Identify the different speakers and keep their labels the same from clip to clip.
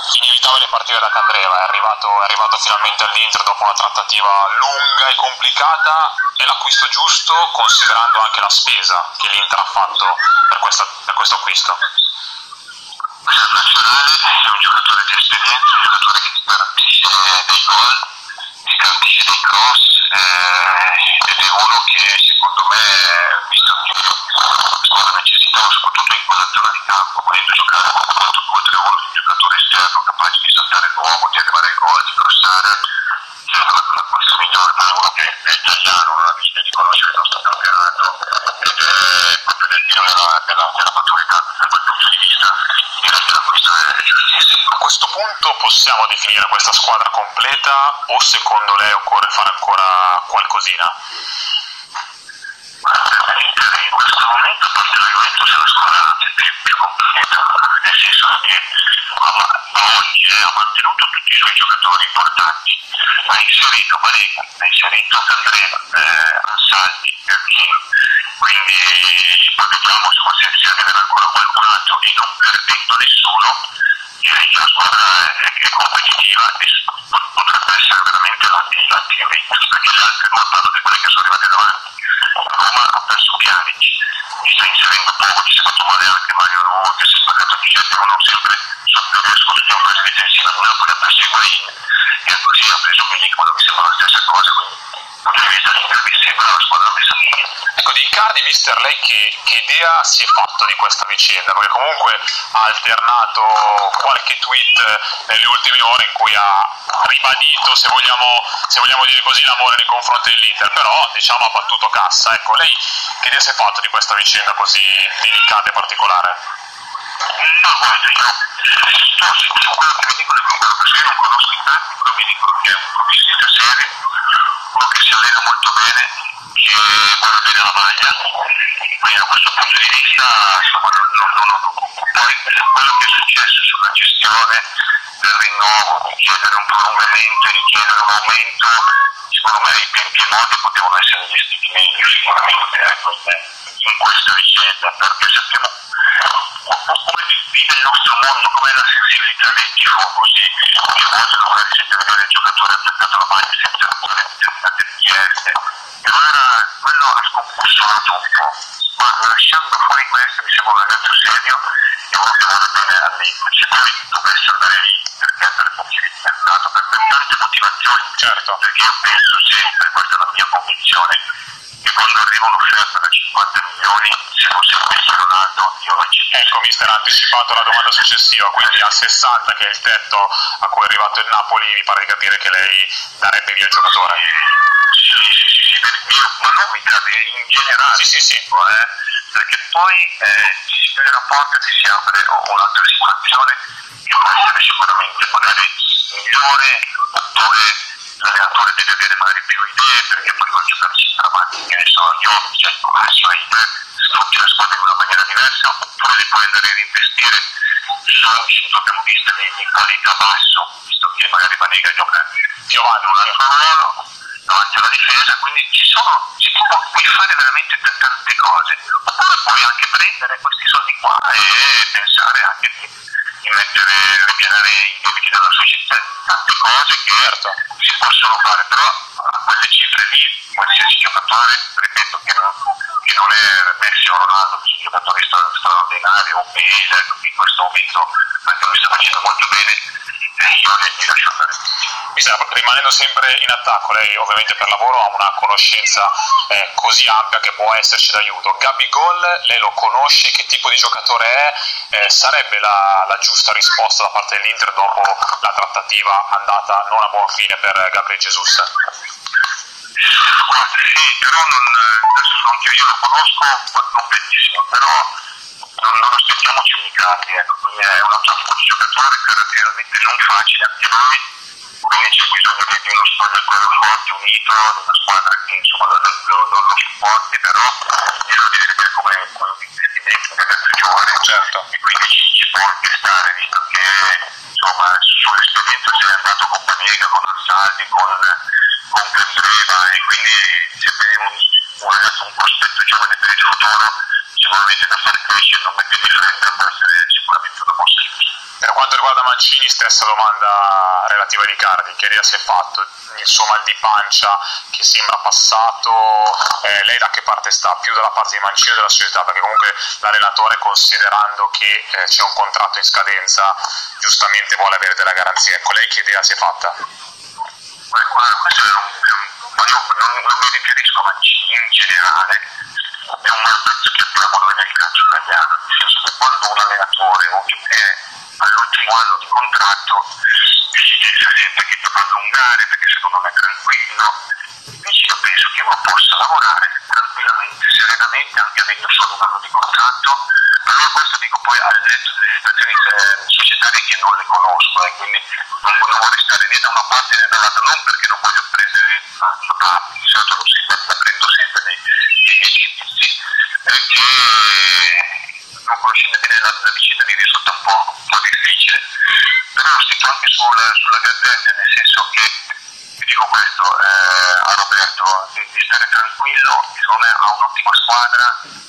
Speaker 1: inevitabile partire da Candreva, è arrivato finalmente all'Inter dopo una trattativa lunga e complicata. È l'acquisto giusto, considerando anche la spesa che l'Inter ha fatto per questo acquisto?
Speaker 2: Questo nazionale è un giocatore di esperienza, un giocatore che ti garantisce dei gol, ti garantisce dei cross, ed è uno che secondo me, visto che la squadra necessitava soprattutto in quella zona di campo, volendo giocare con 4-2-3-1, un giocatore esterno capace di saltare l'uomo, di arrivare al gol, di crossare, la cosa migliore per uno che è italiano, non ha bisogno di conoscere il nostro campionato ed è proprio nel pieno della maturità. Da quel punto di vista direi che l'acquisto è giustissimo.
Speaker 1: A questo punto possiamo definire questa squadra completa o secondo lei occorre fare ancora qualcosina?
Speaker 2: In questo momento, a parte la Juventus, è la squadra più completa, nel senso che oggi ha mantenuto tutti i suoi giocatori importanti, ha inserito Malecki, ha inserito Candreva, Ansaldi, Perchini, quindi poi vediamo insomma, se arriverà ancora qualcun altro e non perdendo nessuno, direi che la squadra è competitiva e potrebbe essere veramente l'anti-Juventus, perché le altre due parlo di quelle che sono arrivate davanti. Roma ha perso Pjanic, mi sta inserendo poco, ci si è fatto male anche Mario Nuovo che si è spaccato di gente, uno sempre sottoverso tutti un po' difensiva, non ha poi ha perso Higuain e così ha preso Milik, ma non mi sembra la stessa cosa, quindi dal punto di vista l'Inter mi sembra la squadra messa bene.
Speaker 1: Ecco, di Icardi, mister, lei che idea si è fatto di questa vicenda? Perché comunque ha alternato qualche tweet nelle ultime ore in cui ha ribadito, se vogliamo dire così, l'amore nei confronti dell'Inter, però diciamo ha battuto cassa. Ecco, lei che idea si è fatto di questa vicenda così delicata e particolare?
Speaker 2: No, guarda, io su quello che mi dicono è quello che io non conosco i tanti, però mi dicono che è un professionista serio, uno che si allena molto bene, che vuole bene la maglia, quindi da questo punto di vista insomma non ho dubbi. Poi quello che è successo sulla gestione del rinnovo, di chiedere un prolungamento, di chiedere un aumento, secondo me i tempi e i modi potevano essere gestiti meglio sicuramente in questa vicenda, perché sappiamo come vive il nostro mondo, com'è la sensibilità dei tifosi che vogliono magari sempre vedere il giocatore attaccato alla maglia senza fare determinate richieste, e allora quello ha scombussonato un po', ma lasciando fuori questo mi sembra un ragazzo serio e uno che vuole bene all'Inter. Se poi dovesse andare lì perché per motivi di mercato, per tante motivazioni,
Speaker 1: Certo.
Speaker 2: perché io penso sempre, questa è la mia convinzione, che quando arriva un'offerta da 50 milioni, se fosse Messi o Ronaldo, io la accetto.
Speaker 1: Ecco, mister, ha anticipato la domanda successiva, quindi a 60, che è il tetto a cui è arrivato il Napoli, mi pare di capire che lei darebbe via il giocatore.
Speaker 2: Sì, ma non mi cade in generale,
Speaker 1: Sì.
Speaker 2: perché poi si chiude la porta e si apre un'altra situazione che può essere sicuramente magari migliore, oppure l'allenatore deve avere magari più idee, perché poi con giocarci davanti, che ne so, io, cioè il Massimo idee, sfrutti la squadra in una maniera diversa, oppure li puoi andare a reinvestire su un centrocampista di qualità basso, visto che magari Banega gioca più avanti un altro ruolo davanti alla difesa, quindi puoi fare veramente tante cose, oppure puoi anche prendere questi soldi qua e pensare anche di mettere, ripianare i debiti della società, tante cose che si possono fare, però a quelle cifre lì qualsiasi giocatore, ripeto che non è Messi o Ronaldo, che sono giocatori straordinari, o Bale, che in questo momento anche lui sta facendo molto bene, io li lascio andare.
Speaker 1: Rimanendo sempre in attacco, lei ovviamente per lavoro ha una conoscenza così ampia che può esserci d'aiuto. Gabigol, lei lo conosce, che tipo di giocatore è? Sarebbe la giusta risposta da parte dell'Inter dopo la trattativa andata non a buon fine per Gabriel Jesus?
Speaker 2: Guarda, sì, però adesso anche io lo conosco, ma non benissimo, però non aspettiamoci un Icardi, ecco, quindi è un altro tipo di giocatore caratterialmente non facile anche lui, quindi c'è bisogno di uno spogliatoio forte, unito, di una squadra che insomma lo supporti, però io lo devo vedere come un investimento, un ragazzo giovane,
Speaker 1: certo,
Speaker 2: e quindi ci può anche stare, visto che insomma sull'esperienza se n'è andato con Banega, con Ansaldi, con Candreva, e quindi sempre un ragazzo, un prospetto giovane per il futuro, sicuramente da far crescere, non mettere di fretta, può essere sicuramente una mossa giusta.
Speaker 1: Per quanto riguarda Mancini, stessa domanda relativa a Icardi, che idea si è fatto? Il suo mal di pancia che sembra passato, lei da che parte sta? Più dalla parte di Mancini o della società? Perché comunque l'allenatore, considerando che c'è un contratto in scadenza, giustamente vuole avere della garanzia. Ecco, lei che idea si è fatta?
Speaker 2: Guarda, questo è non mi riferisco a Mancini in generale, è un malvezzo che abbiamo noi nel calcio italiano, nel senso che quando un allenatore è all'ultimo anno di contratto si pensa sempre che dovrà allungare perché se no non è tranquillo. Invece io penso che uno possa lavorare tranquillamente, serenamente, anche avendo solo un anno di contratto. Allora questo dico poi al netto delle situazioni societarie che non le conosco, quindi non vorrei stare né da una parte né dall'altra, non perché non voglio prendere la parte, di solito la prendo sempre nei miei giudizi, perché non conoscendo bene la vicenda mi risulta un po' difficile, però lo sento anche sulla Gazzetta, nel senso che vi dico questo a Roberto, di stare tranquillo, secondo me ha un'ottima squadra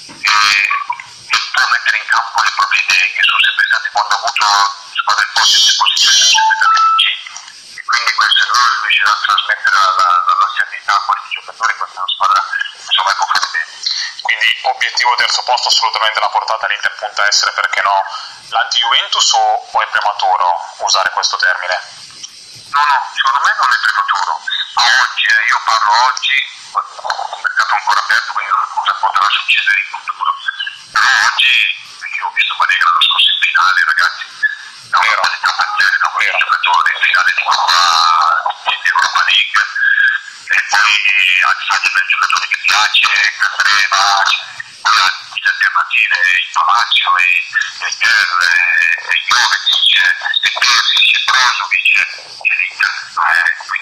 Speaker 2: e può mettere in campo le proprie idee, che sono sempre state, quando ha avuto squadre forti e positive, sono sempre state vincenti, e quindi questo lui riuscirà a trasmettere la serenità a questi giocatori, questa è una squadra insomma può fare bene.
Speaker 1: Quindi obiettivo terzo posto assolutamente alla portata, l'Inter punta a essere, perché no, l'anti-Juventus o è prematuro usare questo termine?
Speaker 2: No, secondo me non è prematuro. A oggi, io parlo oggi, il mercato è ancora aperto, quindi cosa potrà succedere in futuro. Però oggi, io ho visto Banega l'anno scorso in finale, ragazzi, ha una qualità pazzesca con i giocatori, in finale di Europa League, e poi Alzaglia è un giocatore che piace, Candreva, poi ha le alternative, il Palacio, e Ter, e Jovetic, e Persic, e Brozovic, e l'Inter.